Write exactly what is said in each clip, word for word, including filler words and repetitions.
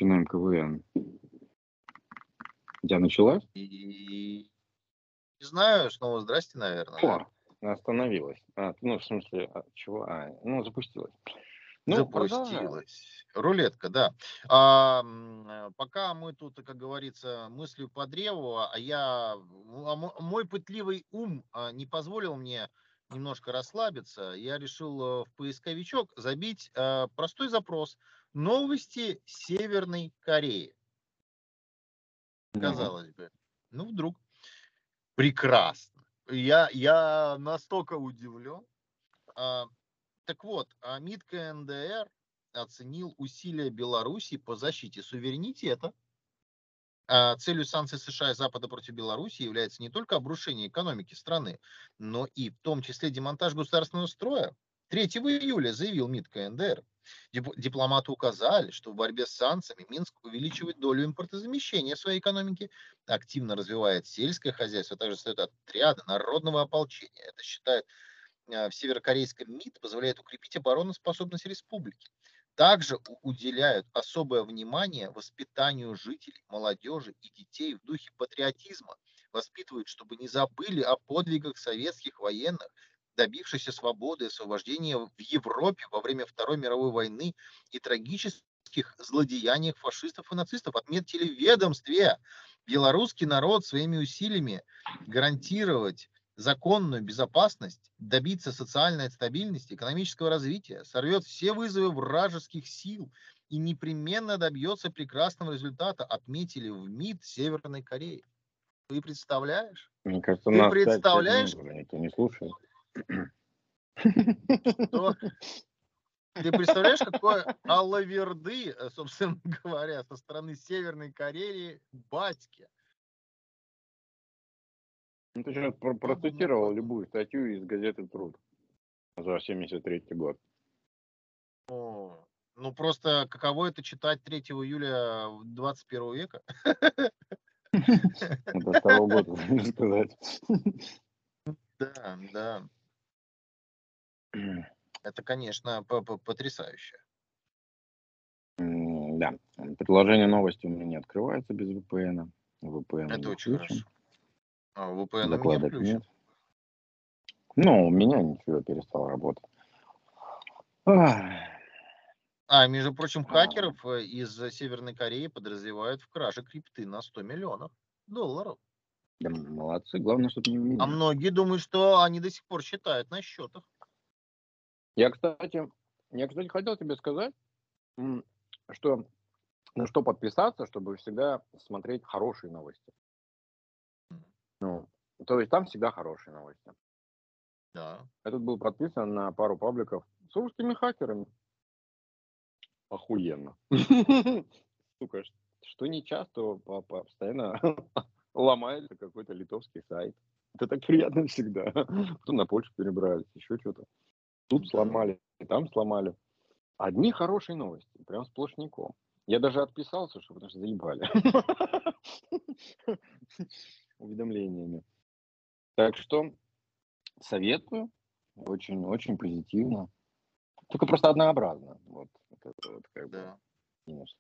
начинаем КВН. У тебя началась? И не знаю, снова здрасте, наверное. О, остановилась. А, ну, в смысле, а, чего? А, ну, запустилась. Ну, продолжаем. Запустилась. Рулетка, да. А, м, пока мы тут, как говорится, мыслью по древу, а я, а мо- мой пытливый ум а, не позволил мне немножко расслабиться. Я решил э, в поисковичок забить э, простой запрос: новости Северной Кореи. Ну, Казалось бы. Ну, вдруг. Прекрасно. Я, я настолько удивлен. А, Так вот, а МИД КНДР оценил усилия Беларуси по защите суверенитета. А целью санкций США и Запада против Беларуси является не только обрушение экономики страны, но и в том числе демонтаж государственного строя. третьего июля заявил МИД КНДР. Дип- Дипломаты указали, что в борьбе с санкциями Минск увеличивает долю импортозамещения в своей экономике, активно развивает сельское хозяйство, а также создает отряды народного ополчения. Это считает э, в северокорейском МИД, позволяет укрепить обороноспособность республики. Также у- уделяют особое внимание воспитанию жителей, молодежи и детей в духе патриотизма. Воспитывают, чтобы не забыли о подвигах советских военных, добившихся свободы и освобождения в Европе во время Второй мировой войны, и трагических злодеяниях фашистов и нацистов. Отметили в ведомстве: белорусский народ своими усилиями гарантировать законную безопасность, добиться социальной стабильности, экономического развития, сорвет все вызовы вражеских сил и непременно добьется прекрасного результата, отметили в МИД Северной Кореи. Ты представляешь? мне кажется, Ты нас пять пять представляешь, минут уже никто не слушает. что... Ты представляешь, какой алаверды, э, собственно говоря, со стороны Северной Кореи батьки. Ну, ты сейчас про- Кто бы мог процитировал подумать? любую статью из газеты «Труд» за семьдесят третий год. О, Ну, просто каково это читать третьего июля двадцать первого века? Это второго года, можно сказать. Да, да. Это, конечно, п- п- потрясающе. М, Да, предложение новости у меня не открывается без V P N. V P N Это не очень включен, хорошо. А, V P N у меня закладок включен. нет. Ну, у меня ничего перестал работать. Ах, А, между прочим, а, хакеров э, из Северной Кореи подозревают в краже крипты на сто миллионов долларов. Да молодцы, главное, чтобы не у А меня. многие думают, что они до сих пор считают на счетах. Я, кстати, я, кстати, хотел тебе сказать, м, что на что подписаться, чтобы всегда смотреть хорошие новости. Ну, то есть там всегда хорошие новости. Да. Я тут был подписан на пару пабликов с русскими хакерами. Охуенно. Сука, ш- что не часто, по- по- постоянно ломается какой-то литовский сайт. Это так приятно всегда. Потом на Польшу перебрались, еще что-то. Тут Да. сломали, и там сломали. Одни хорошие новости, прям сплошняком. Я даже отписался, что потому что заебали. Уведомлениями. Так что советую. Очень, очень позитивно. Только просто однообразно. Вот, это вот как бы Да. минус.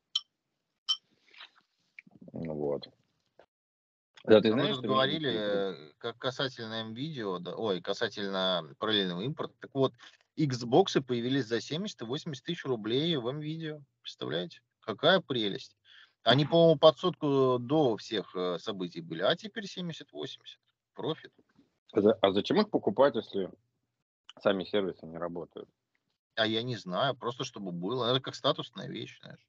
Ну вот. Да, ты А мы знаешь, тут что меня здесь говорили, при- э, как касательно М-видео, да, ой, касательно параллельного импорта. Так вот, Xbox появились за семьдесят и восемьдесят тысяч рублей в М-видео. Представляете? Какая прелесть. Они, по-моему, под сотку до всех э, событий были, а теперь семьдесят-восемьдесят. Профит. А за- а зачем их покупать, если сами сервисы не работают? А я не знаю, просто чтобы было. Это как статусная вещь, знаешь.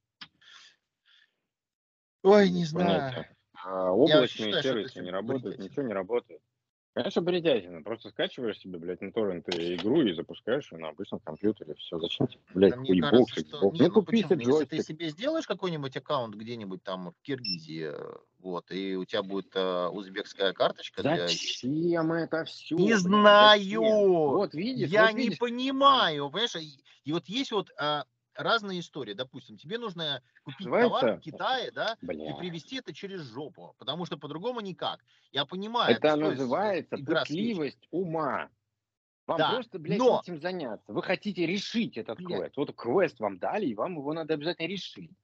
Ой, не Без знаю. понятия. А Я вообще облачные считаю, что это сервисы очень не работают, бредятина. ничего не работает. Конечно, бредятина. Просто скачиваешь себе, блядь, на торрент игру и запускаешь ее на обычном компьютере. Все. Зачем тебе, блядь, Да мне хуйбокс, кажется, что... Xbox? Не, Ну, ну купи себе почему? Если ты джойстик. себе сделаешь какой-нибудь аккаунт где-нибудь там в Киргизии, э, вот, и у тебя будет э, узбекская карточка для... Зачем это все, Не блядь, зачем? знаю! Вот видишь, Я вот не видишь. понимаю, понимаешь? И, и вот есть вот а, разные истории. Допустим, тебе нужно купить товар в Называется, Китае, да, и бля, привезти это через жопу, потому что по-другому никак. Я понимаю, это это что, из- э, называется игра свеч. пытливость ума. Вам Да, просто, блядь, но, этим заняться. Вы хотите решить этот блядь, квест. Вот квест вам дали, и вам его надо обязательно решить.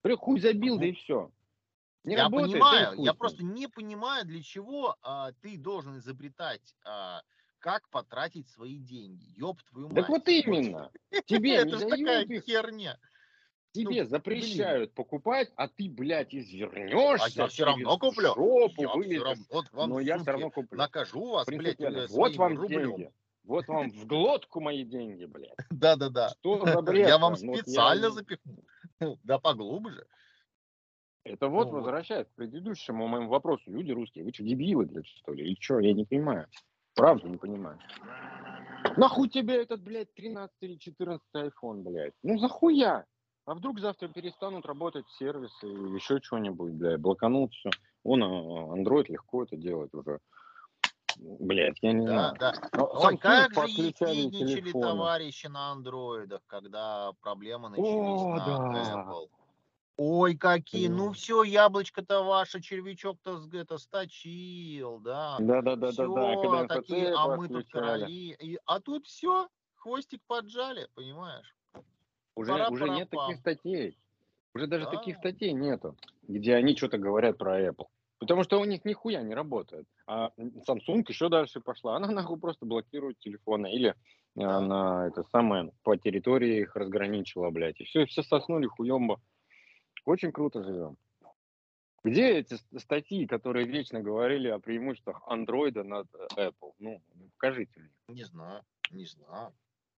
Говорю, хуй забил, да Во- и все. Не Я работает, да и понимаю, хуй я с ним. просто не понимаю, для чего а, ты должен изобретать, а, как потратить свои деньги. Ёб твою Так вот мать. Вот именно. Тебе не это же такая дают их, херня. Ну, тебе блин, запрещают покупать, а ты, блядь, а я извернешься все через равно куплю. жопу, Я все вылезешь, равно, вот вам, но я все суки, равно куплю. накажу вас, блядь, Принципиально. э, Вот своим вам рублем. деньги. Вот вам в глотку мои деньги, блядь. Да-да-да. Что за Я вам бред-то? Ну вот я... специально запихну. Да поглубже. Это вот Ну вот. возвращаясь к предыдущему моему вопросу. Люди русские, вы что, дебилы, блядь, что ли? Или что? Я не понимаю. Правда не понимаю. Нахуй тебе этот, блядь, тринадцатый или четырнадцатый айфон, блядь? Ну захуя? А вдруг завтра перестанут работать сервисы или еще что-нибудь, блядь, блоканут все. Он, а, Android легко это делает уже. Блядь, я не Да, знаю. да. Но Ой, Samsung как же подключали ехидничали телефоны. товарищи на андроидах, когда проблемы начались О, на да. Apple. Ой, какие, ну М. все, яблочко-то ваше, червячок-то с- это сточил, да. Да-да-да-да-да. Когда Все такие, эн эф цэ а мы тут подключали. короли. И, а тут все, хвостик поджали, понимаешь? Уже, уже нет таких Пара-пара-пам. статей. Уже даже таких Да, статей нету, где они что-то говорят про Apple. Потому что у них нихуя не работает. А Samsung еще дальше пошла. Она нахуй просто блокирует телефоны. Или да. она это самое по территории их разграничила, блядь. И все, все соснули хуемба. Очень круто живем. Где эти ст- статьи, которые вечно говорили о преимуществах андроида над э, Apple? Ну, покажите мне. Не знаю, не знаю.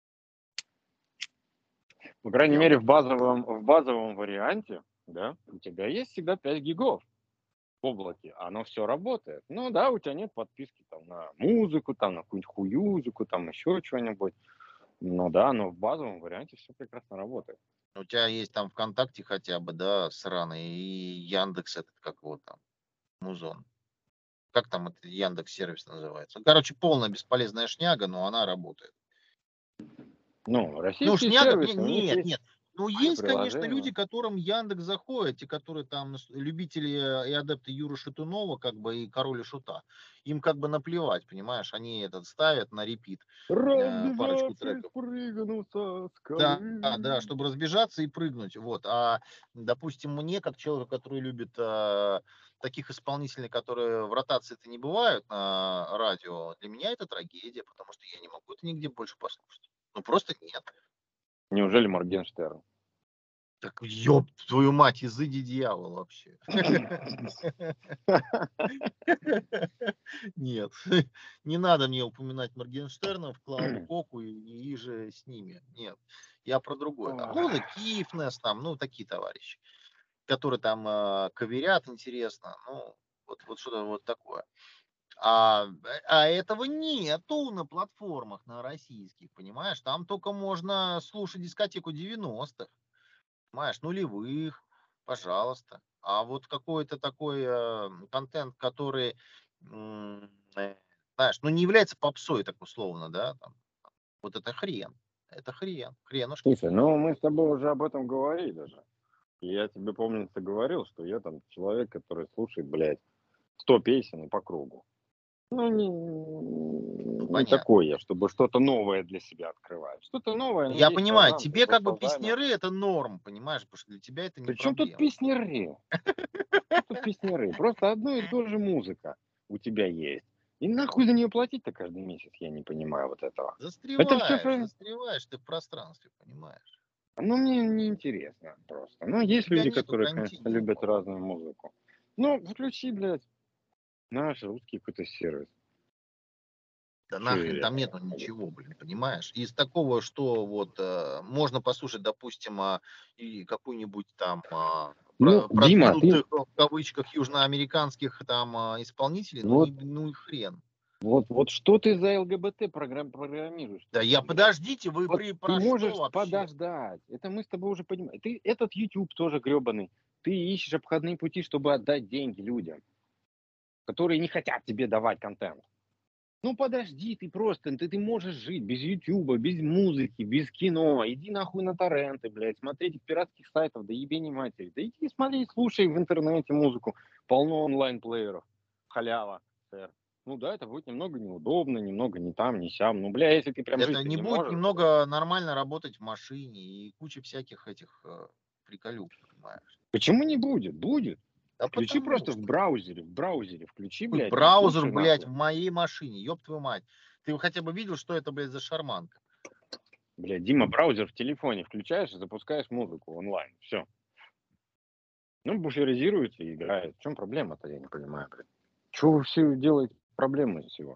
По крайней Я мере, вот, в базовом, в базовом варианте, да, у тебя есть всегда пять гигов в облаке, оно все работает. Ну да, у тебя нет подписки там на музыку, там на какую-нибудь хуюзику, там еще что-нибудь. Ну да, но в базовом варианте все прекрасно работает. у тебя есть там ВКонтакте хотя бы, да, сраный, и Яндекс этот, как его там, Музон. Как там это Яндекс сервис называется? Ну, короче, полная бесполезная шняга, но она работает. Ну, Ну, российские шняга, поня- сервисы, у них нет, есть нет. Ну, свои есть, конечно, люди, приложения. которым Яндекс заходит, те, которые там с- любители э, и адепты Юры Шатунова, как бы и Короля Шута. Им как бы наплевать, понимаешь, они этот ставят на репит э, парочку Разбежавшись, треков. прыгну со Да, да, скалы. чтобы разбежаться и прыгнуть. Вот. А, допустим, мне, как человеку, который любит э, таких исполнителей, которые в ротации-то не бывают на радио, для меня это трагедия, потому что я не могу это нигде больше послушать. Ну, просто нет. Неужели Моргенштерн? Так, ёб твою мать, изыди дьявол вообще. Нет, не надо мне упоминать Моргенштерна, Клаву Коку и, и же с ними. Нет, я про другое. Там, ну, The Kifness, там, ну, такие товарищи, которые там э, каверят, интересно. Ну, вот, вот что-то вот такое. А, а этого нету на платформах, на российских, понимаешь? Там только можно слушать дискотеку девяностых, понимаешь, нулевых, пожалуйста. А вот какой-то такой э, контент, который, м, э, знаешь, ну не является попсой, так условно, да, там, вот это хрен. Это хрен, хренушки. Слушай, ну мы с тобой уже об этом говорили даже. И я тебе, помнится, говорил, что я там человек, который слушает, блядь, сто песен и по кругу. Ну, не, Ну, не понятно. такой я, чтобы что-то новое для себя открывать. Что-то новое, ну, Я есть понимаю, шазам, ты тебе его как бы шазамил. песняры это норм, понимаешь, потому что для тебя это не Причем тут проблема. песняры? Что тут песняры? Просто одно и то же музыка у тебя есть. И нахуй за нее платить-то каждый месяц, я не понимаю вот этого. Это все, Застреваешь, застреваешь ты в пространстве, понимаешь. ну, мне не интересно просто. Ну, У есть тебя люди, нету которые, конечно, любят континуума. разную музыку. Ну, включи, блядь, наш русский какой-то сервис. Да Че нахрен я? там нету ничего, блин, понимаешь? Из такого, что вот э, можно послушать, допустим, а, и какую-нибудь там а, Ну, про- Дима, ты продвинутых в кавычках южноамериканских там а, исполнителей, ну, вот, не, ну и хрен. вот, вот что ты за ЛГБТ программ, программируешь Да я, такое, блядь? подождите, вы Вот при, ты про что можешь вообще? подождать. Это мы с тобой уже понимаем. Ты этот YouTube тоже гребаный. Ты ищешь обходные пути, чтобы отдать деньги людям, которые не хотят тебе давать контент. Ну подожди, ты просто, ты, ты можешь жить без Ютуба, без музыки, без кино. Иди нахуй на торренты, блядь, смотри этих пиратских сайтов, да ебени матери. Да иди смотри, слушай в интернете музыку. Полно онлайн-плееров. Халява, сэр. Ну да, это будет немного неудобно, немного не там, не сям. Ну, бля, если ты прям Это жить-то не не будет можешь, блядь. немного нормально работать в машине и куча всяких этих э, приколюк, понимаешь? Почему не будет? Будет. Да Включи потому просто в что. браузере, в браузере включи, Какой блядь, и браузер, слушай блядь, нахуй. в моей машине, ёб твою мать. Ты хотя бы видел, что это, блядь, за шарманка? Блядь, Дима, браузер в телефоне включаешь и запускаешь музыку онлайн. Все. Ну, буферизируется и играет. В чем проблема-то, я не понимаю, блядь. Чего вы все делаете проблемы из всего?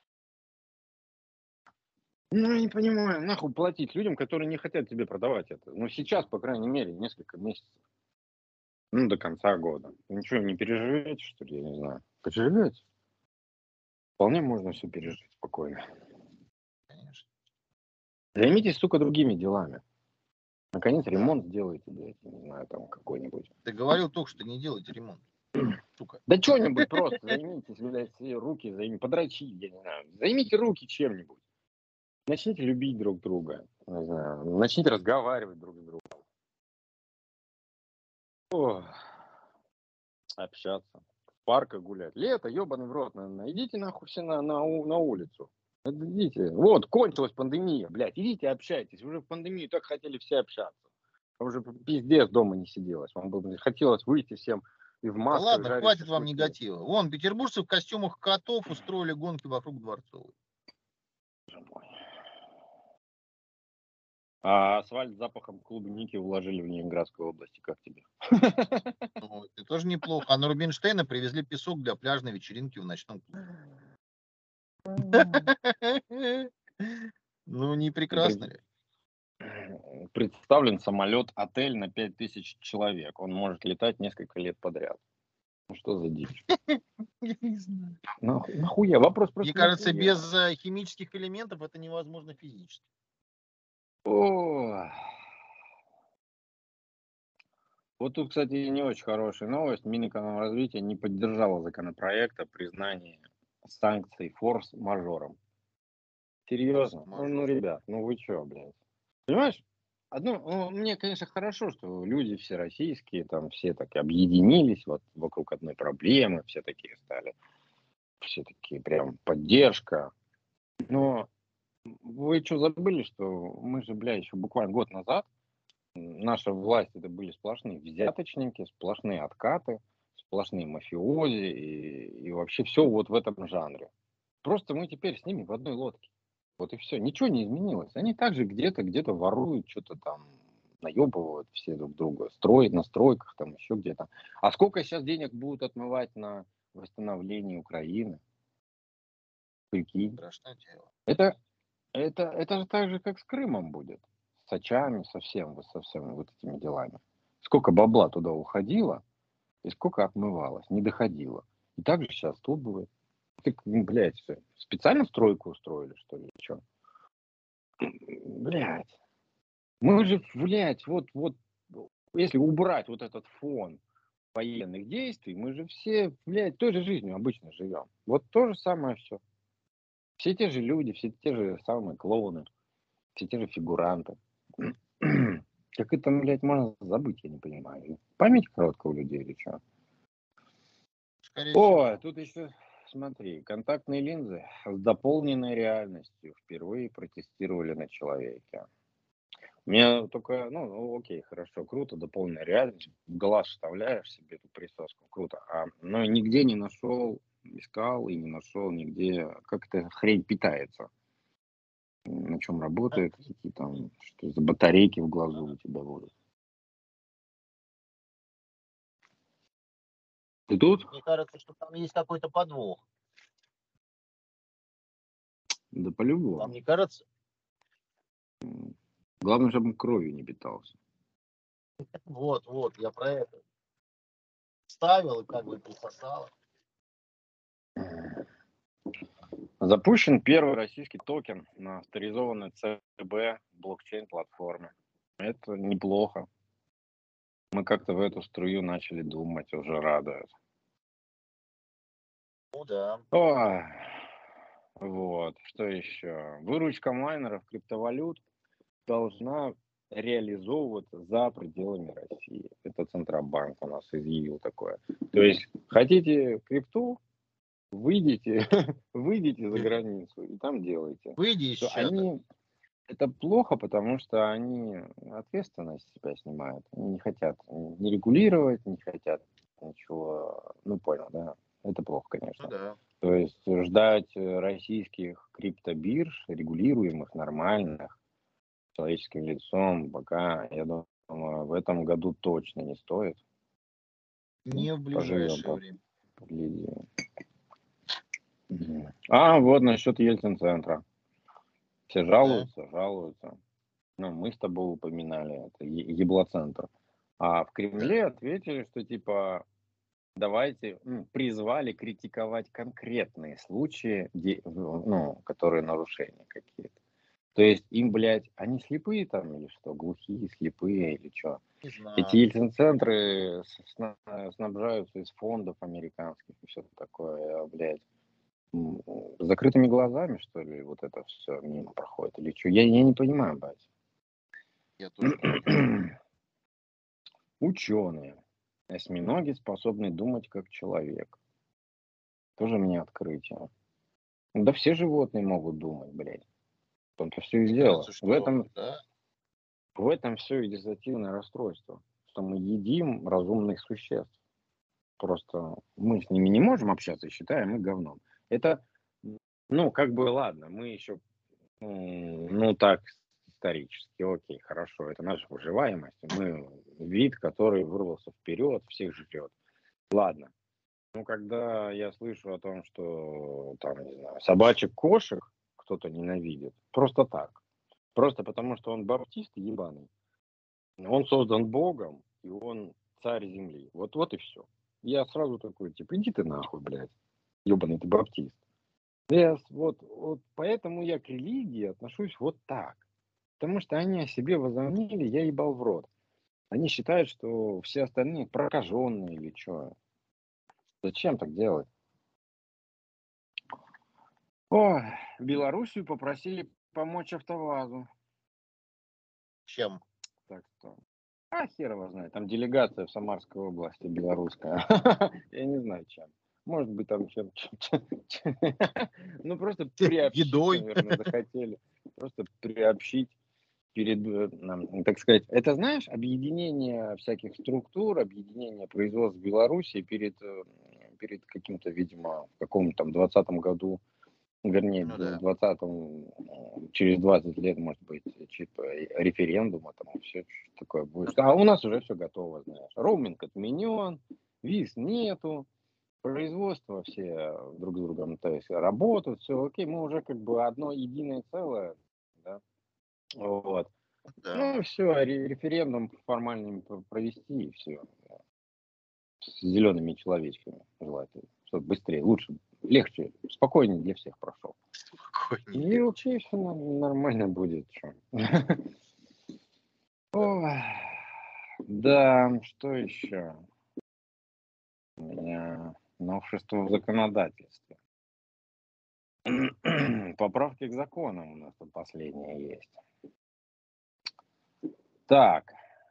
Ну, я не понимаю, нахуй платить людям, которые не хотят тебе продавать это. Ну, сейчас, по крайней мере, несколько месяцев. Ну, до конца года. Вы ничего не переживете, что ли, я не знаю. Переживете? Вполне можно все пережить спокойно. Конечно. Займитесь, сука, другими делами. Наконец, Да. ремонт сделайте, блядь, не знаю, там какой-нибудь. Ты говорил только что, не делайте ремонт. Сука. Да что-нибудь просто займитесь, блядь, все руки, займите, подрочи, я не знаю. Займите руки чем-нибудь. Начните любить друг друга. Не знаю, начните разговаривать друг с другом. Ох, общаться. В парках гулять. Лето, ебаный в рот, наверное. Идите нахуй все на, на, у- на улицу. Идите. Вот, кончилась пандемия, блядь. Идите общайтесь. Уже в пандемию так хотели все общаться. А уже пиздец дома не сиделось. Вам бы хотелось выйти всем и в Да масках ладно, жарить хватит вам шашлыки. негатива. Вон, петербуржцы в костюмах котов устроили гонки вокруг Дворцовой. Боже мой. А асфальт с запахом клубники уложили в Ленинградской области. Как тебе? Ну, это тоже неплохо. А на Рубинштейна привезли песок для пляжной вечеринки в ночном клубе. Ну, не прекрасно ли? Представлен самолет-отель на пять тысяч человек. Он может летать несколько лет подряд. Ну что за дичь? Я не знаю. Нахуй, нахуя? Вопрос Мне просто кажется, нахуя? без э, химических элементов это невозможно физически. О. Вот тут, кстати, не очень хорошая новость. Минэкономразвития не поддержала законопроект о признании санкций форс-мажором. Серьезно? Ну, ну, ребят, ну вы чё, блядь? Понимаешь? Одно, ну, мне, конечно, хорошо, что люди все российские, там все так объединились вот вокруг одной проблемы, все такие стали, все такие прям поддержка. Но вы что, забыли, что мы же, бля, еще буквально год назад наша власть это были сплошные взяточники, сплошные откаты, сплошные мафиози и, и вообще все вот в этом жанре. Просто мы теперь с ними в одной лодке. Вот и все. Ничего не изменилось. Они также где-то, где-то воруют, что-то там наебывают все друг друга, строят на стройках, там еще где-то. А сколько сейчас денег будут отмывать на восстановление Украины? Прикинь. Страшное дело. Это, это, это же так же, как с Крымом будет. С Сачами, со всем, со всеми вот этими делами. Сколько бабла туда уходило, и сколько отмывалось, не доходило. И так же сейчас тут будет. Ты, блядь, специально стройку устроили, что ли, что? Блядь. Мы же, блядь, вот, вот, если убрать вот этот фон военных действий, мы же все, блядь, той же жизнью обычно живем. Вот то же самое все. Все те же люди, все те же самые клоуны, все те же фигуранты. Как это, блядь, можно забыть, я не понимаю. Память короткая у людей или что? Скорее О, всего. тут еще, смотри, контактные линзы с дополненной реальностью впервые протестировали на человеке. У меня только, ну, ну, окей, хорошо, круто, дополненная реальность. В глаз вставляешь себе эту присоску, круто. А, но нигде не нашел, искал и не нашел нигде, как эта хрень питается. На чем работает, какие там, что за батарейки в глазу у тебя будут. Ты тут? Мне кажется, что там есть какой-то подвох. Да Вам по-любому. не кажется? Главное, чтобы он кровью не питался. Вот, вот, я про это. Ставил и как бы присосало. Запущен первый российский токен на авторизованной ЦБ блокчейн-платформе. Это неплохо. Мы как-то в эту струю начали думать, уже радует. Ну да. Ой, вот, что еще? Выручка майнеров криптовалют должна реализовываться за пределами России. Это Центробанк у нас изъявил такое. То есть, хотите крипту, выйдите, выйдите за границу и там делайте. Выйди из Что чата. они, Это плохо, потому что они ответственность с себя снимают. Они не хотят ни регулировать, не хотят ничего. Ну, понял, да? Это плохо, Ну конечно. да. То есть ждать э, российских криптобирж, регулируемых, нормальных, человеческим лицом, пока, я думаю, в этом году точно не стоит. Ну, Не в поживем, ближайшее время. поглядим. Мгм. А, вот насчет Ельцин-центра. Все Да? жалуются, жалуются. Ну, мы с тобой упоминали, это е- еблоцентр. А в Да. Кремле ответили, что типа давайте, м, призвали критиковать конкретные случаи, где, в- ну, которые нарушения какие-то. То есть им, блядь, они слепые там или что, глухие, слепые или что? Не Эти знаю. Ельцин-центры с- сна- снабжаются из фондов американских и все такое, а, блядь. м, С закрытыми глазами, что ли, вот это все мимо проходит или что? Я, я не понимаю, блядь. Я тоже не понимаю. Ученые. Осьминоги способны думать как человек. Тоже мне открытие. Да все животные могут думать, блядь. В том-то все и Мне дело. кажется, В что этом, да. в этом все и дезориентивное расстройство. Что мы едим разумных существ. Просто мы с ними не можем общаться и считаем их говном. Это, ну, как бы ладно, мы еще, ну, так, исторически, окей, хорошо, это наша выживаемость. Мы вид, который вырвался вперед, всех жрет. Ладно. Ну, когда я слышу о том, что там, не знаю, собачек, кошек кто-то ненавидит, просто так. Просто потому, что он баптист ебаный. Он создан Богом, и он царь земли. Вот, вот и все. Я сразу такой, типа, иди ты нахуй, блядь, ебаный ты баптист. Я с- вот, вот поэтому я к религии отношусь вот так. Потому что они о себе возомнили, я ебал в рот. Они считают, что все остальные прокаженные или что. Зачем так делать? Ой, Белоруссию попросили помочь АвтоВАЗу. Чем? Так что, а хер его знает, там делегация в Самарской области белорусская. Я не знаю чем. Может быть там чем, чем- чем- чем- ну просто приобщить, Едой. наверное, захотели. Просто приобщить перед, э, нам, так сказать, это знаешь, объединение всяких структур, объединение производств в Беларуси перед, э, перед каким-то, видимо, в каком-то там двадцатом году. Вернее, Ну в да. двадцатом, через двадцать лет, может быть, типа референдума, там все такое будет. А у нас уже все готово, знаешь. Роуминг отменен, виз нету, производство все друг с другом, то есть работают, все окей, мы уже как бы одно единое целое, да, вот. Да. Ну, все, референдум формально провести, и все. С зелеными человечками желательно, чтобы быстрее, лучше, легче, спокойнее для всех прошел. И Спокойнее. окей, все нормально будет. Чё. Да. Ой, да, что еще? У меня новшество в законодательстве. Поправки к законам у нас тут последние есть. Так,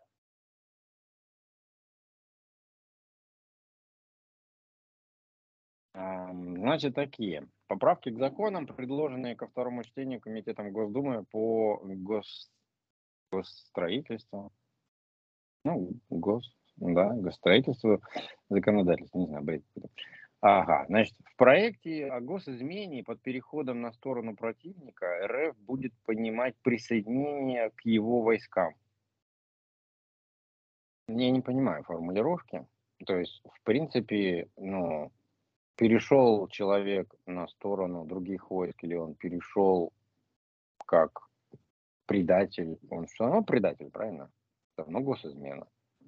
ам, значит, такие. Поправки к законам, предложенные ко второму чтению Комитетом Госдумы по гос... госстроительству. Ну, гос... Да, госстроительству, законодательству, не знаю, бред. Ага, значит, в проекте о госизмене под переходом на сторону противника РФ будет понимать присоединение к его войскам. Я не понимаю формулировки. То есть, в принципе, ну, перешел человек на сторону других войск, или он перешел как предатель, он все равно предатель, правильно? Все равно госизмена.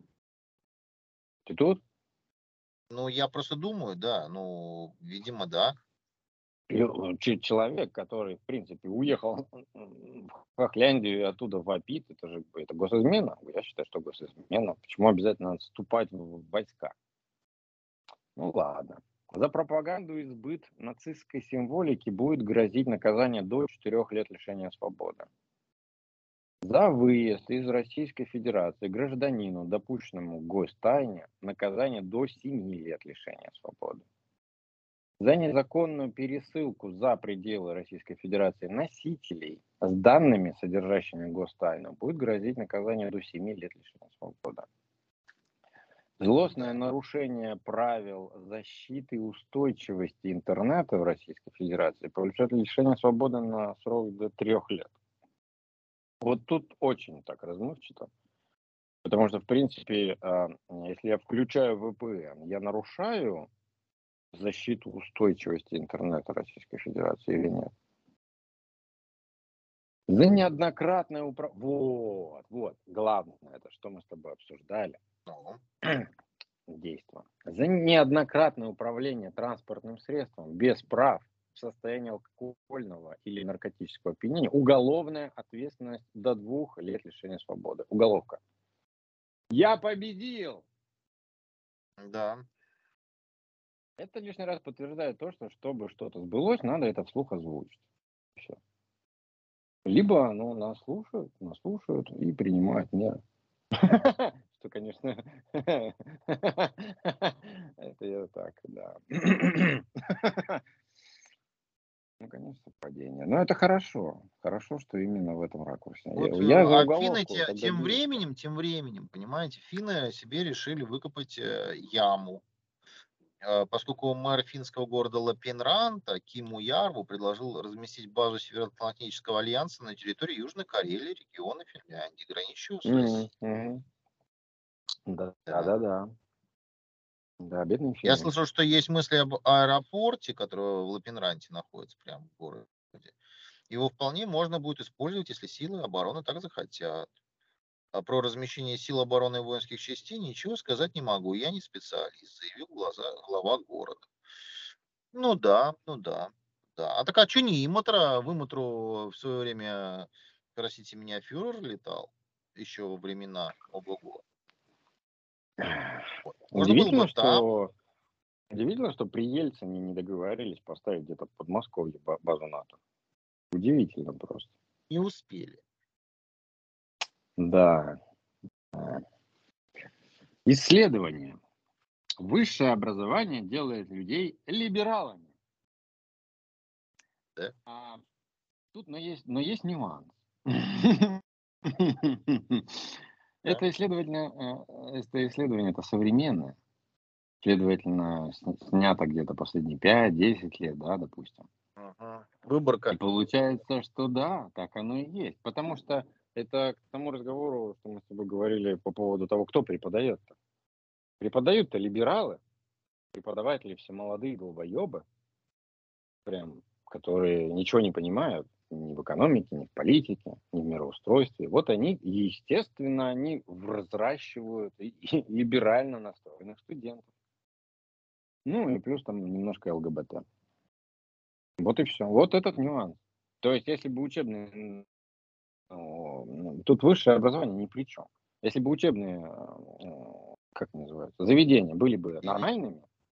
Ты тут? Ну, я просто думаю, да, ну, видимо, да. Лю- че- Человек, который, в принципе, уехал в Хохляндию и оттуда вопит, это же это госизмена. Я считаю, что госизмена. Почему обязательно надо вступать в войска? Ну ладно. За пропаганду и сбыт нацистской символики будет грозить наказание до четырех лет лишения свободы. За выезд из Российской Федерации гражданину, допущенному к гостайне, наказание до семи лет лишения свободы. за незаконную пересылку за пределы Российской Федерации носителей с данными, содержащими гостайну, будет грозить наказание до семи лет лишения свободы. Злостное нарушение правил защиты и устойчивости интернета в Российской Федерации повлечет лишение свободы на срок до трех лет. Вот тут очень так размывчато, потому что, в принципе, а, если я включаю вэ пэ эн, я нарушаю защиту устойчивости интернета Российской Федерации или нет? За неоднократное управление... Вот, вот, главное, это что мы с тобой обсуждали. Ну, Действия. За неоднократное управление транспортным средством без прав в состоянии алкогольного или наркотического опьянения уголовная ответственность до двух лет лишения свободы. Уголовка. Я победил! да. Это лишний раз подтверждает то, что чтобы что-то сбылось, надо это вслух озвучить. Всё. Либо ну, нас слушают, нас слушают и принимают меры. Что, конечно, это я так, да. Ну, конечно, совпадение. Но это хорошо. Хорошо, что именно в этом ракурсе. Вот, Я, э, я за а финны уголовку, те- тогда тем будет. временем, тем временем, понимаете, финны себе решили выкопать э, яму. Э, Поскольку мэр финского города Лапенранта Киму Ярву предложил разместить базу Североатлантического альянса на территории Южной Карелии, региона Финляндии, граничащего с Мгм, Россией. мгм. Да, да, Да. да. Да, бедные Я финны. слышал, что есть мысли об аэропорте, который в Лапенранте находится прямо в городе. Его вполне можно будет использовать, если силы обороны так захотят. А про размещение сил обороны и воинских частей ничего сказать не могу. Я не специалист, заявил глаза, глава города. Ну да, ну да, да. А так а что не Иматра? В Иматру в свое время, простите меня, фюрер летал еще во времена ого-го. Вот. Можно было бы Удивительно, там, что удивительно, что при Ельцине не договорились поставить где-то в Подмосковье ба- базу НАТО. Удивительно просто. не успели. Да. а. Исследование. Высшее образование делает людей либералами. Да? А тут, но есть, но есть нюанс. Да. Это исследование, э, это исследование, это современное. Следовательно, с- снято где-то последние пять-десять лет, да, допустим. Ага. И Выборка. получается, что да, так оно и есть. Потому что это к тому разговору, что мы с тобой говорили по поводу того, кто преподает-то. Преподают-то либералы, преподаватели все молодые долбоебы, прям, которые ничего не понимают ни в экономике, ни в политике, ни в мироустройстве. Вот они, естественно, они взращивают и- и либерально настроенных студентов. Ну и плюс там немножко эл гэ бэ тэ. Вот и все. Вот этот нюанс. То есть, если бы учебные, м, о, ну, тут высшее образование ни при чем. Если бы учебные, э, как называется, заведения были бы нормальными,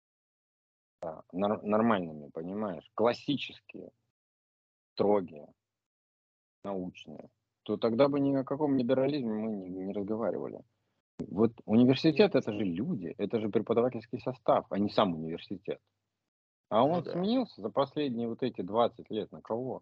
да, нор- нормальными, понимаешь, классические, строгие, научные, то тогда бы ни о каком либерализме мы не, не разговаривали. Вот Не- университет это же люди, это же преподавательский состав, а не сам университет. А Ну он да. сменился за последние вот эти двадцать лет на кого?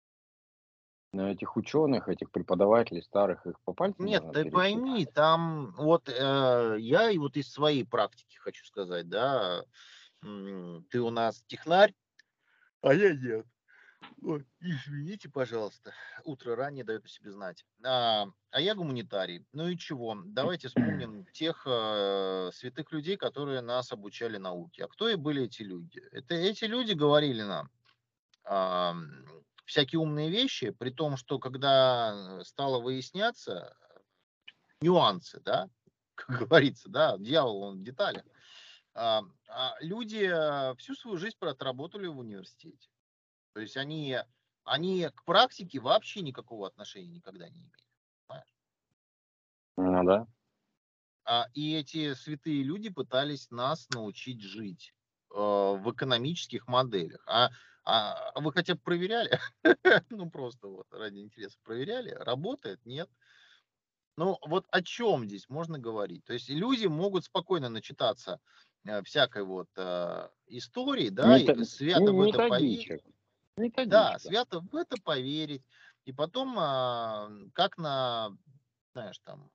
На этих ученых, этих преподавателей старых, их по пальцам Нет, можно ты пойми, пересчитать. там вот э, я и вот из своей практики хочу сказать, да, м, ты у нас технарь, а я нет. Ой, извините, пожалуйста, утро ранее дает о себе знать. А, а я гуманитарий. Ну и чего? Давайте вспомним тех э, святых людей, которые нас обучали науке. А кто и были эти люди? Это эти люди говорили нам а, м, всякие умные вещи, при том, что когда стало выясняться нюансы, да, как говорится, да, дьявол он в деталях, а, а люди э, всю свою жизнь отработали в университете. То есть они, они к практике вообще никакого отношения никогда не имели. Понимаешь? Ну да. А, и эти святые люди пытались нас научить жить э, в экономических моделях. А, а а вы хотя бы проверяли? Ну, просто вот ради интереса проверяли? Работает? Нет. Ну, вот о чем здесь можно говорить? То есть люди могут спокойно начитаться э, всякой вот э, истории, да, и Мета- г- свято м- в это поверить. Методичек. Да, Методичка. свято в это поверить. И потом, а, как на, знаешь, там,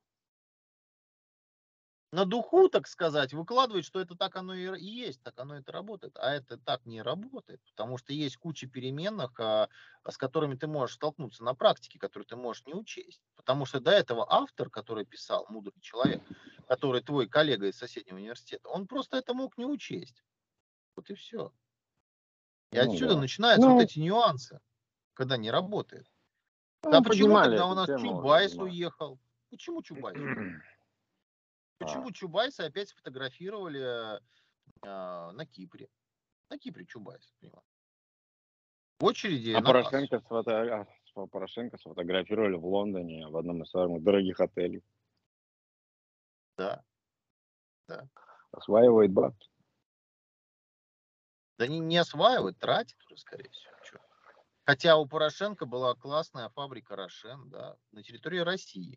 на духу, так сказать, выкладывать, что это так оно и р- и есть, так оно это работает. А это так не работает, потому что есть куча переменных, а, а, с которыми ты можешь столкнуться на практике, которые ты можешь не учесть. Потому что до этого автор, который писал, мудрый человек, который твой коллега из соседнего университета, он просто это мог не учесть. Вот и все. И Ну отсюда да. начинаются вот Ну, эти нюансы, когда не работает. ну, А мы почему поднимали тогда у эту нас тему уже, Чубайс Дима. уехал? Почему Чубайс уехал? А, Почему Чубайса опять сфотографировали а, на Кипре? На Кипре Чубайс, понимаешь? В очереди а на кассу. Порошенко, сфото... а, Порошенко сфотографировали в Лондоне в одном из самых дорогих отелей. Да, да. Осваивает бабки. Да не, не осваивает, тратит уже, скорее всего. Чё. Хотя у Порошенко была классная фабрика Рошен, да, на территории России.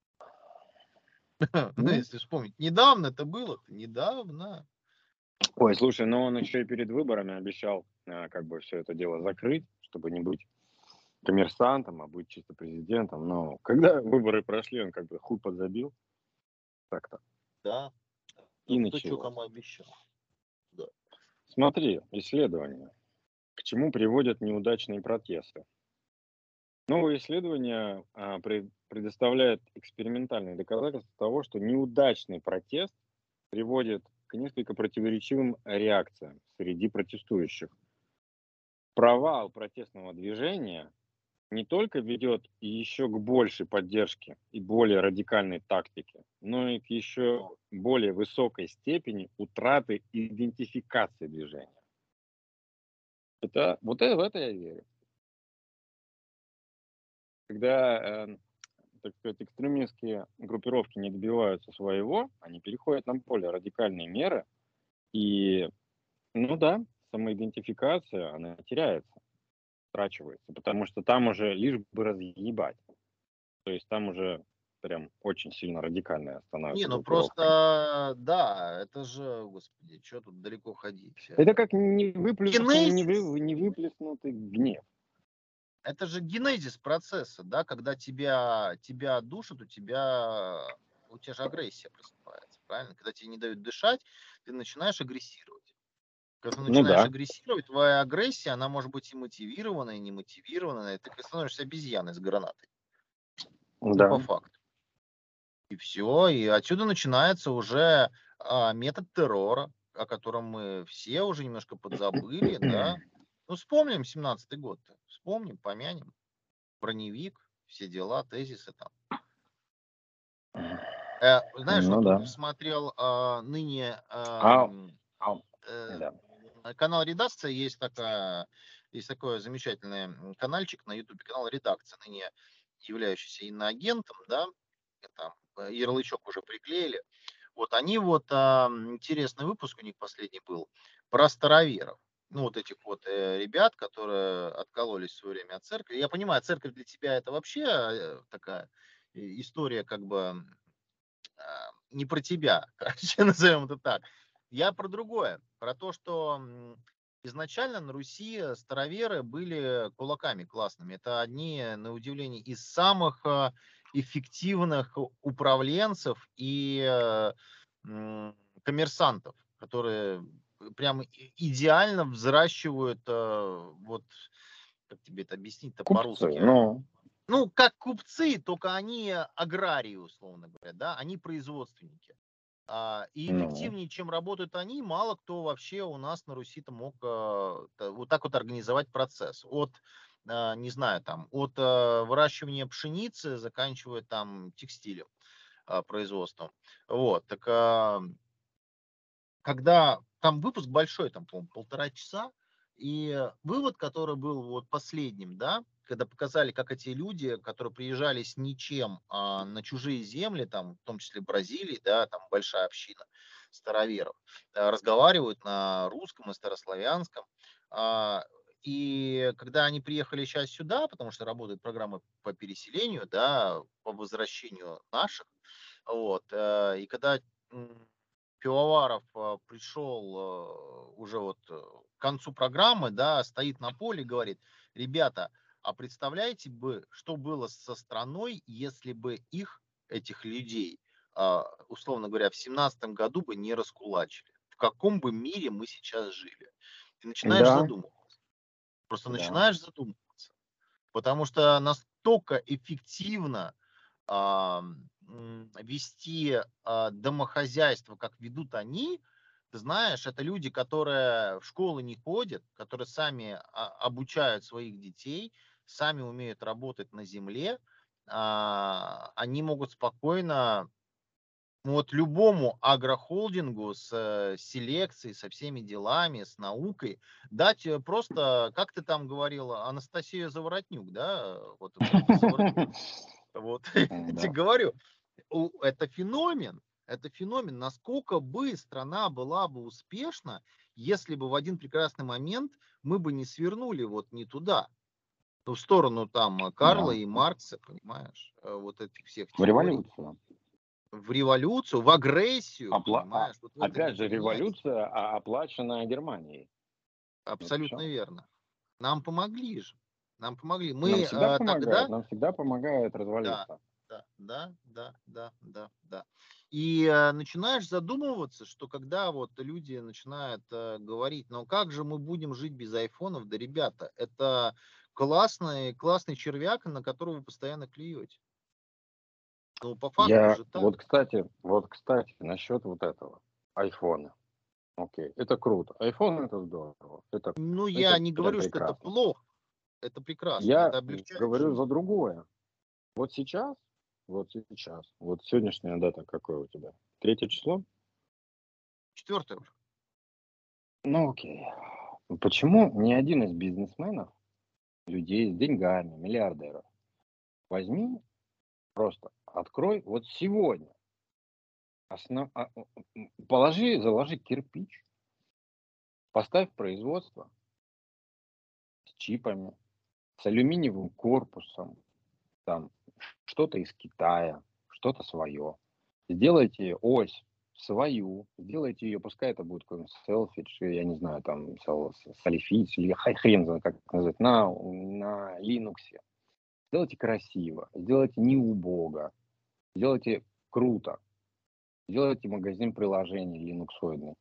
Ну, Ну, если вспомнить. Недавно это было, недавно. ой, слушай, ну он еще и перед выборами обещал а, как бы все это дело закрыть, чтобы не быть коммерсантом, а быть чисто президентом. Но когда выборы прошли, он как бы хуй подзабил. Так-то. Да. И Ну, кто что началось. кому обещал. Да. Смотри, исследования. К чему приводят неудачные протесты? Новое исследование а, пред- предоставляет экспериментальные доказательства того, что неудачный протест приводит к несколько противоречивым реакциям среди протестующих. Провал протестного движения не только ведет еще к большей поддержке и более радикальной тактике, но и к еще более высокой степени утраты идентификации движения. Это, вот это, в это я верю. Когда, э, так сказать, экстремистские группировки не добиваются своего, они переходят на более радикальные меры, и, ну да, самоидентификация, она теряется, страчивается, потому что там уже лишь бы разъебать. То есть там уже прям очень сильно радикальная Не, становится ну группировка. просто, да, это же, господи, что тут далеко ходить. Это э, как не, выплю... не, Генезис. вы... не выплеснутый гнев. Это же генезис процесса, да, когда тебя, тебя душат, у тебя, у тебя же агрессия просыпается, правильно? Когда тебе не дают дышать, ты начинаешь агрессировать. Когда ты Ну начинаешь да, агрессировать, твоя агрессия, она может быть и мотивированная, и не мотивированная, и ты становишься обезьяной с гранатой. Ну, по да. факту. И все, и отсюда начинается уже а, метод террора, о котором мы все уже немножко подзабыли, да. Ну, вспомним семнадцатый год, вспомним, помянем. Броневик, все дела, тезисы там. Э, знаешь, Ну вот да. тут смотрел а, ныне А, ам, а, э, да. канал Редакция, есть такая, есть такой замечательный м, каналчик на Ютубе, канал Редакция, ныне являющийся иноагентом, да, и там э, ярлычок уже приклеили. Вот они вот, а, интересный выпуск у них последний был про староверов. Ну, вот этих вот э, ребят, которые откололись в свое время от церкви. Я понимаю, церковь для тебя это вообще э, такая э, история как бы а, не про тебя, короче, назовем это так. Я про другое, про то, что м, изначально на Руси староверы были кулаками классными. Это одни, на удивление, из самых а, эффективных управленцев и э, м, коммерсантов, которые прям и- идеально взращивают, э, вот, как тебе это объяснить-то Купцы, по-русски, ну, ну, как купцы, только они аграрии, условно говоря, да, они производственники. А, и ну, эффективнее, чем работают они, мало кто вообще у нас на Руси-то мог а, та- вот так вот организовать процесс. От, а, не знаю, там, от а, выращивания пшеницы, заканчивая там текстилем, а, производством. Вот, так а, когда там выпуск большой, там, по-моему, полтора часа, и вывод, который был вот последним, да, когда показали, как эти люди, которые приезжали с ничем а, на чужие земли, там, в том числе Бразилии, да, там большая община староверов, а, разговаривают на русском и старославянском. А, и когда они приехали сейчас сюда, потому что работает программа по переселению, да, по возвращению наших, вот, э, и когда м, Пивоваров э, пришел э, уже вот э, к концу программы, да, стоит на поле и говорит: ребята, а представляете бы, что было со страной, если бы их, этих людей, а, условно говоря, в семнадцатом году бы не раскулачили? В каком бы мире мы сейчас жили? Ты начинаешь Да, задумываться. Просто да. начинаешь задумываться. Потому что настолько эффективно а, м, вести а, домохозяйство, как ведут они, ты знаешь, это люди, которые в школы не ходят, которые сами а, обучают своих детей, сами умеют работать на земле, а, они могут спокойно, ну вот любому агрохолдингу с э, селекцией, со всеми делами, с наукой дать э, просто, как ты там говорила, Анастасия Заворотнюк, да, вот вот это Заворотнюк. Вот, я тебе Да. говорю, у- это феномен, это феномен, насколько бы страна была бы успешна, если бы в один прекрасный момент мы бы не свернули вот не туда, ну, в сторону там э, Карла Да. и Маркса, понимаешь, э, вот этих всех В теорий, революцию. в революцию, в агрессию, Опла- а, понимаешь, вот в это опять не же, принять. революция, а, оплаченная Германией. Вот и Абсолютно все. верно. Нам помогли же, нам помогли. Нам Мы всегда э, помогают, тогда. нам всегда помогает Да, развалиться. да, да, да, да, да, да. И э, начинаешь задумываться, что когда вот люди начинают э, говорить, ну как же мы будем жить без айфонов, да, ребята, это классный, классный червяк, на которого вы постоянно клюете. Ну, по факту Я же так. вот, кстати, вот, кстати, насчет вот этого айфона. Окей, это круто. Айфон это здорово. Это, Ну, я это не прям говорю, что это прекрасно. плохо, это прекрасно, Я это облегчает говорю за жизнь. другое. Вот сейчас, вот сейчас, вот сегодняшняя дата какое у тебя? Третье число? Четвертое уже. Ну окей. Почему ни один из бизнесменов, людей с деньгами, миллиардеров, возьми, просто открой вот сегодня, основ... а, м, положи, заложи кирпич, поставь производство с чипами, с алюминиевым корпусом, там что-то из Китая, что-то свое. Сделайте ось свою, сделайте ее, пускай это будет какой-нибудь селфидж, я не знаю, там, салифидж, или хай- хрен знает, как это назвать, на, на Linux. Сделайте красиво, сделайте не убого, сделайте круто, сделайте магазин приложений линуксоидный.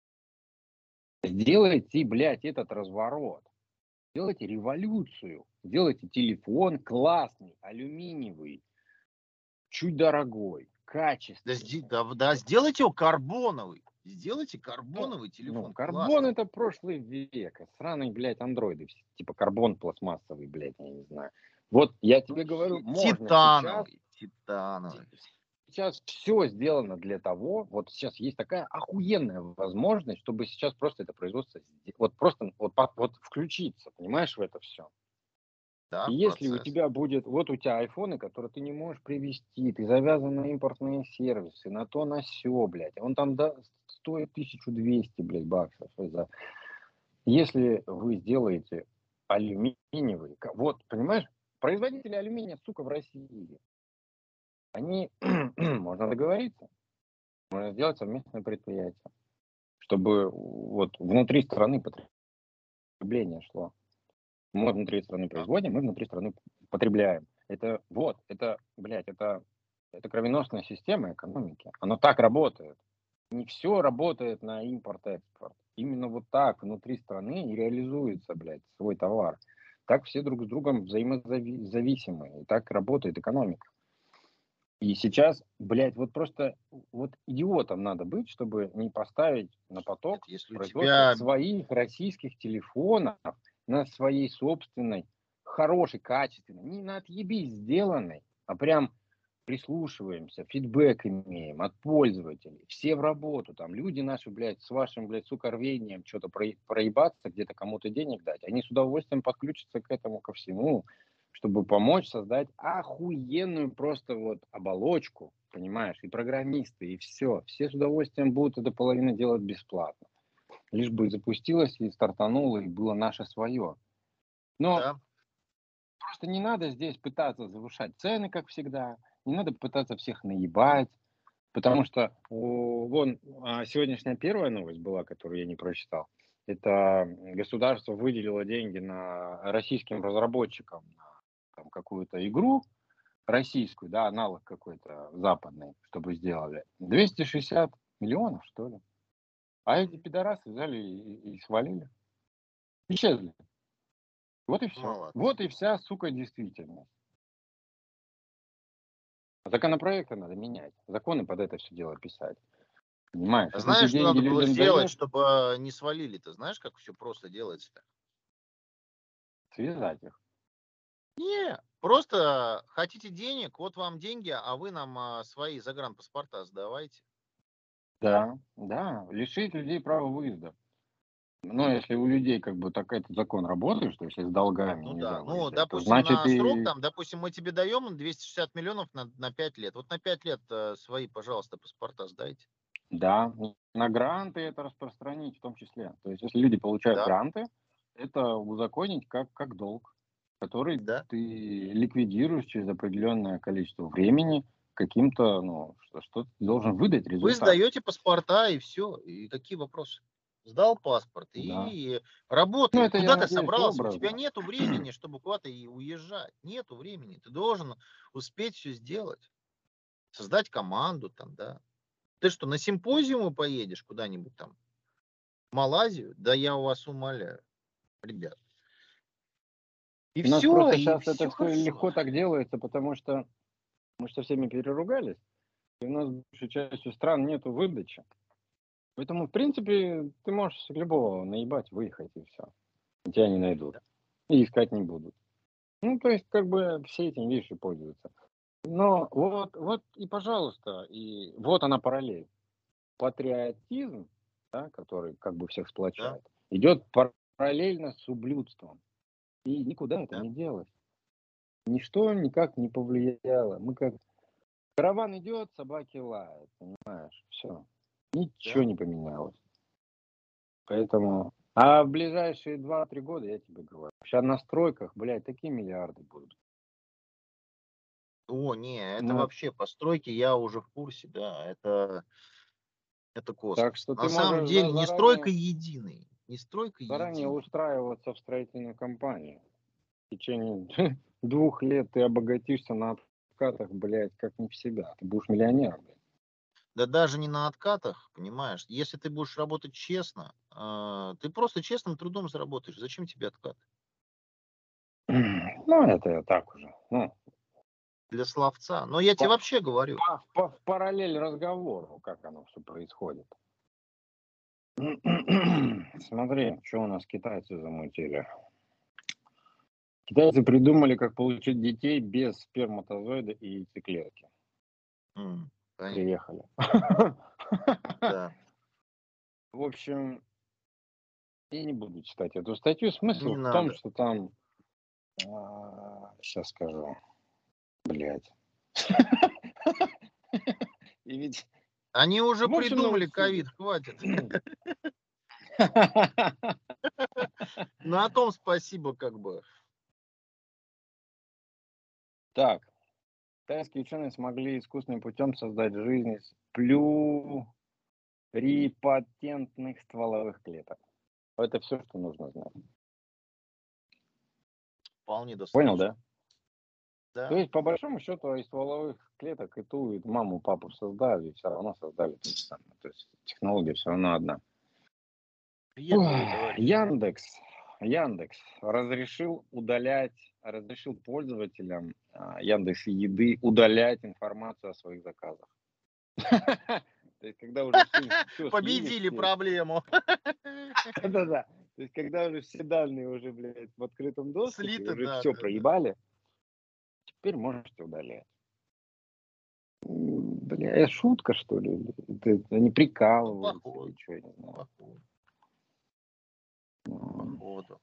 Сделайте, блядь, этот разворот. Сделайте революцию. Сделайте телефон классный, алюминиевый, чуть дорогой, Да, качественный. сде- да, да, сделайте его карбоновый. Сделайте Ну, карбоновый ну, телефон, карбон классный. это прошлый век. а Сраные, блядь, андроиды. все, Типа карбон пластмассовый, блядь, я не знаю. Вот я Ну, тебе говорю, можно сейчас, титановый, титановый. сейчас все сделано для того, вот сейчас есть такая охуенная возможность, чтобы сейчас просто это производство, сде- вот просто вот, по- вот включиться, понимаешь, в это все. Да, И в если у процесс. тебя будет, вот у тебя айфоны, которые ты не можешь привезти, ты завязан на импортные сервисы, на то, на сё, блядь, он там да, стоит тысячу двести, блядь, баксов. За... Если вы сделаете алюминиевый, ка- вот, понимаешь, производители алюминия, сука, в России, они, можно договориться, можно сделать совместное предприятие, чтобы вот внутри страны потребление шло. Мы внутри страны Да, производим, мы внутри страны потребляем. Это вот, это, блядь, это, это кровеносная система экономики. Оно так работает. Не все работает на импорт-экспорт. Именно вот так внутри страны и реализуется, блядь, свой товар. Так все друг с другом взаимозависимы. И так работает экономика. И сейчас, блядь, вот просто вот идиотом надо быть, чтобы не поставить на нет, поток если у производство тебя, своих российских телефонов на своей собственной, хорошей, качественной, не на отъебись сделанной, а прям прислушиваемся, фидбэк имеем от пользователей, все в работу, там люди наши, блядь, с вашим, блядь, сука, рвением что-то проебаться, где-то кому-то денег дать, они с удовольствием подключатся к этому, ко всему, чтобы помочь создать охуенную просто вот оболочку, понимаешь, и программисты, и все. Все с удовольствием будут это половину делать бесплатно. Лишь бы запустилось и стартануло, и было наше свое. Но да, просто не надо здесь пытаться завышать цены, как всегда. Не надо пытаться всех наебать. Потому что у- вон а, сегодняшняя первая новость была, которую я не прочитал. Это государство выделило деньги на российским разработчикам на там, какую-то игру российскую, да, аналог какой-то западный, чтобы сделали. двести шестьдесят миллионов, что ли. А эти пидорасы взяли и, и свалили. Исчезли. Вот и все. Молодцы. Вот и вся, сука, действительность. Законопроекты надо менять. Законы под это все дело писать. Понимаешь? Если ты Знаешь, что деньги надо было людям сделать, даешь, чтобы не свалили? Ты знаешь, как все просто делается-то? связать их. Не, просто хотите денег, вот вам деньги, а вы нам а, свои загранпаспорта сдавайте. Да, да, лишить людей права выезда. Но если у людей как бы так этот закон работает, что если с долгами Ну нельзя да, ну, выезжать, то допустим, значит на срок, и там, допустим, мы тебе даем двести шестьдесят миллионов на, на пять лет. Вот на пять лет э, свои, пожалуйста, паспорта сдайте. да, на гранты это распространить в том числе. То есть если люди получают Да, гранты, это узаконить как, как долг, который да. ты ликвидируешь через определенное количество времени каким-то, ну, что, что ты должен выдать Вы результат. сдаете паспорта и все. И какие вопросы? Сдал паспорт Да. и Ну, работай. это, я Куда ты надеюсь, собрался? У тебя образно. нету времени, чтобы куда-то и уезжать. Нету времени. Ты должен успеть все сделать. Создать команду там, да. Ты что, на симпозиумы поедешь куда-нибудь там? В Малайзию? Да я у вас умоляю, ребят. И У нас все, просто и сейчас все это все хорошо. легко так делается, потому что мы со всеми переругались, и у нас большей частью стран нету выдачи. Поэтому, в принципе, ты можешь любого наебать, выехать, и все. Тебя не найдут. И искать не будут. Ну, то есть, как бы все этим, видишь, и пользуются. Но вот, вот и пожалуйста, и вот она параллель. Патриотизм, да, который как бы всех Да, сплочает, идет параллельно с ублюдством. И никуда это да, не делось. Ничто никак не повлияло. Мы как караван идет, собаки лают, понимаешь? Все. Ничего да. не поменялось. Поэтому... А в ближайшие два-три года, я тебе говорю, сейчас на стройках, блядь, такие миллиарды будут. О, не, это Ну, вообще постройки, я уже в курсе, да, это, это так космос. что На ты самом можешь деле за- не стройка заранее, единый, не стройка заранее единый. устраиваться в строительную компанию. В течение двух лет ты обогатишься на откатах, блядь, как не в себя. Ты будешь миллионером, блядь. Да даже не на откатах, понимаешь, если ты будешь работать честно, э, ты просто честным трудом заработаешь, зачем тебе откат? Ну, это я так уже. Ну, Для словца. Но я тебе по, вообще говорю, по- по- в параллель разговору, как оно все происходит. Смотри, что у нас китайцы замутили. Китайцы придумали, как получить детей без сперматозоида и яйцеклетки. м, понятно, Приехали. да, В общем, я не буду читать эту статью. не Смысл в том, надо. что там... Сейчас скажу. Блять. И ведь... Они уже В общем, придумали новость суть. ковид, хватит. На том спасибо как бы. Так, китайские ученые смогли искусственным путем создать жизнь из плюрипатентных стволовых клеток. Это все, что нужно знать. Вполне Понял, достаточно. да? То Да. есть, по большому счету, из стволовых клеток и ту, и маму, папу создали, и все равно создали то же самое. То есть, технология все равно одна. Приветствую, Ой, товарищ. Яндекс, Яндекс разрешил удалять, разрешил пользователям а, Яндекс Еды удалять информацию о своих заказах. То есть, когда уже все слили, Победили все... проблему. Да-да-да. То есть, когда уже все данные уже, блядь, в открытом доступе, Слиты, уже да, все да, да. проебали, теперь можете удалять. М, Бля, это шутка, что ли? Это, это они Ну, прикалываются или походу, что, я не знаю. походу, М. походу.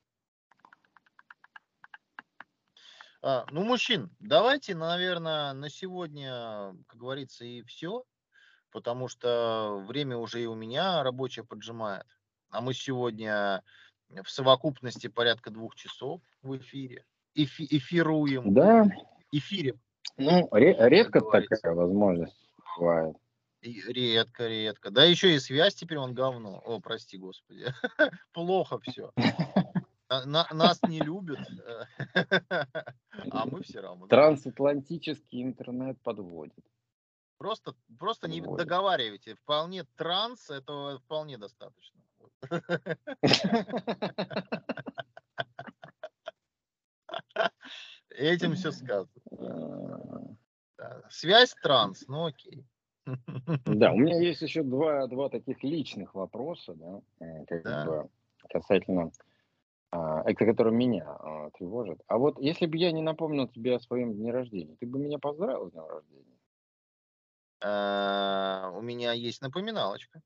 А, ну, мужчин, давайте, наверное, на сегодня, как говорится, и все, потому что время уже и у меня рабочее поджимает. А мы сегодня в совокупности порядка двух часов в эфире. Эфи- эфируем. Да, Эфире, ну, ре- как редко говорится. такая возможность бывает. И редко, редко. Да еще и связь теперь он говно. О, прости, господи. Плохо все. Нас не любят, э, а мы все равно. Трансатлантический интернет подводит. Просто, просто не Подводит. договаривайте. Вполне транс, этого вполне достаточно. Этим все сказано. Да. Связь транс, ну окей. Да, у меня есть еще два, два таких личных вопроса, да, э, как Да. бы касательно, а, это которые меня а, тревожат. А вот если бы я не напомнил тебе о своем дне рождения, ты бы меня поздравил с днем рождения? А, У меня есть напоминалочка.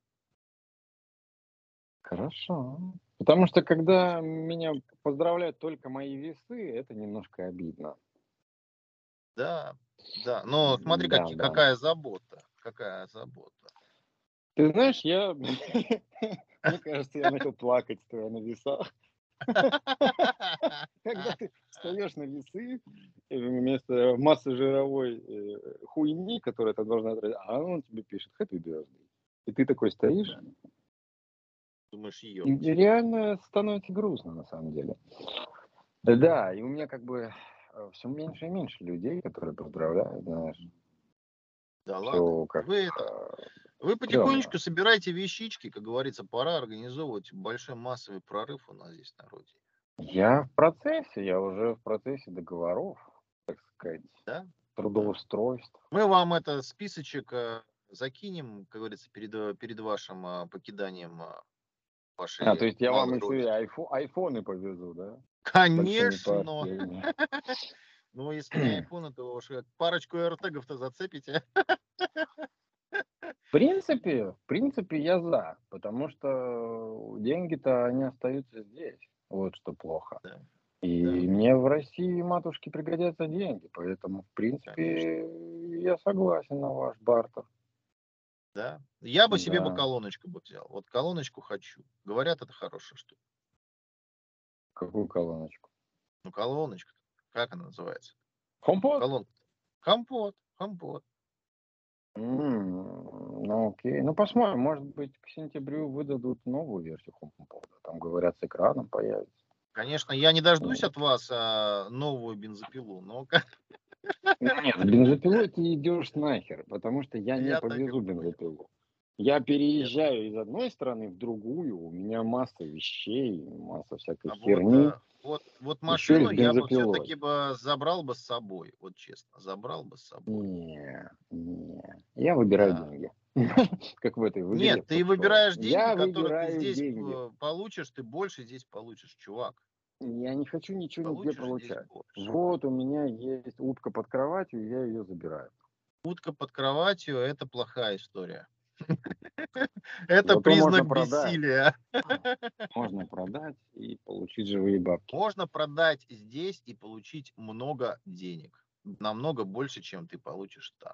Хорошо. Потому что когда меня поздравляют только мои весы, это немножко обидно. Да, да. Но смотри, Да, какие, да. какая забота. Какая забота. Ты знаешь, я, мне кажется, я начал плакать, стоя на весах. Когда ты встаешь на весы, э, вместо массы жировой э, хуйни, которая ты должна тратить, а он тебе пишет Happy birthday. И ты такой стоишь, Да. Думаешь, и ёпти. реально становится грустно на самом деле. Да, да, и у меня как бы все меньше и меньше людей, которые поздравляют, знаешь. Да ладно. Все как Вы это, вы стрёмно. потихонечку собирайте вещички, как говорится, пора организовывать большой массовый прорыв у нас здесь на родине. Я в процессе, я уже в процессе договоров, так сказать, Да? Да. трудоустройств. Мы вам это списочек э, закинем, как говорится, перед, э, перед вашим э, покиданием э, А, то вашей есть я вам малой еще и родины. айфо айфоны повезу, да? Большими Конечно! партиями. Ну, если не айфоны, то уж э, парочку эртегов-то зацепите. В принципе, в принципе, я за, потому что деньги-то они остаются здесь. Вот что плохо. Да, да, И мне в России, матушке, пригодятся деньги, поэтому, в конечно. принципе, я согласен на ваш бартер. Да. Я бы себе бы Да. колоночку бы взял. Вот колоночку хочу. Говорят, это хорошая штука. Какую колоночку? Ну, колоночка. Как она называется? HomePod? Колонка. Компот. Компот. М, Ну, окей. Ну, посмотрим. Может быть, к сентябрю выдадут новую версию HomePod. Там, говорят, с экраном появится. Конечно, я не дождусь Ну, от вас а, новую бензопилу, но нет, с бензопилой ты идешь нахер, потому что я не я так и повезу понял. бензопилу. Я Я так. переезжаю из одной страны в другую, у меня масса вещей, масса всякой А вот, херни, а, вот, вот еще и машину с я бы бензопилой. все-таки бы забрал бы с собой. Вот честно, забрал бы с собой. Не, не. Я выбираю Да. деньги. Как в этой в Нет, игре в ты ток-шоу. выбираешь деньги, Я которые ты выбираю здесь деньги. э, получишь, ты больше здесь получишь, чувак. Я не хочу ничего нигде Получишь здесь получать. больше. Вот у меня есть утка под кроватью, я ее забираю. Утка под кроватью — это плохая история. Это Зато можно признак продать. бессилия. Можно продать и получить живые бабки. Можно продать здесь и получить много денег. Намного больше, чем ты получишь там.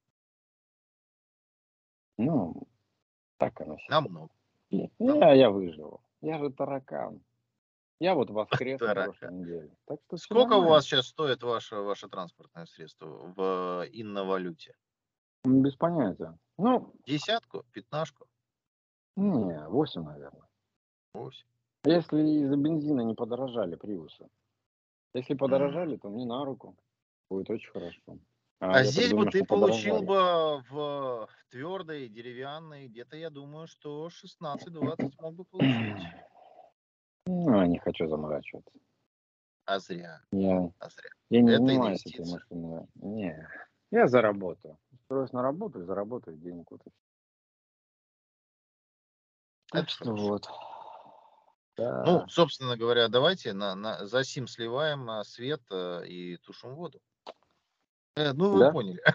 Ну, так оно сейчас. Намного. Я, Намного. я выживу. Я же таракан. Я вот воскрес на прошлой Тарака. неделе. Так что все Сколько у вас нормально. сейчас стоит ваше, ваше транспортное средство в инновалюте? М, Без понятия. Ну, Десятку? Пятнашку? не, восемь, наверное. Восемь. Если из-за бензина не подорожали приусы. Если М. подорожали, то мне на руку. Будет очень хорошо. А А я так здесь бы думаю, ты что получил подорожали. бы в твердой, деревянной, где-то, я думаю, что шестнадцать-двадцать мог бы получить. Ну, я не хочу заморачиваться. А зря, Я, а зря. я не Это занимаюсь этой инвестиция. машиной. Не, я заработаю. Устроюсь на работу и заработаю денег. Вот и всё. Так Это что хорошо. вот. Ну, Да. собственно говоря, давайте на, на, за сим сливаем а, свет а, и тушим воду. Э, ну, вы Да? поняли.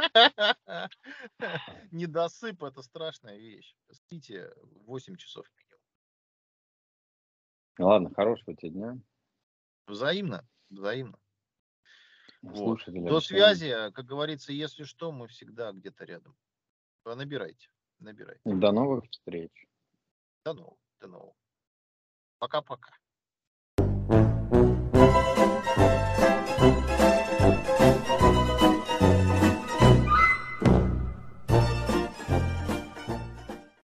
Недосып — это страшная вещь. Спите восемь часов минимум. Ладно, хорошего тебе дня. Взаимно, взаимно. Вот. Слушателям До всем. связи, как говорится, если что, мы всегда где-то рядом. Э, Набирайте, набирайте. До новых встреч. До нового, до нового. Пока-пока.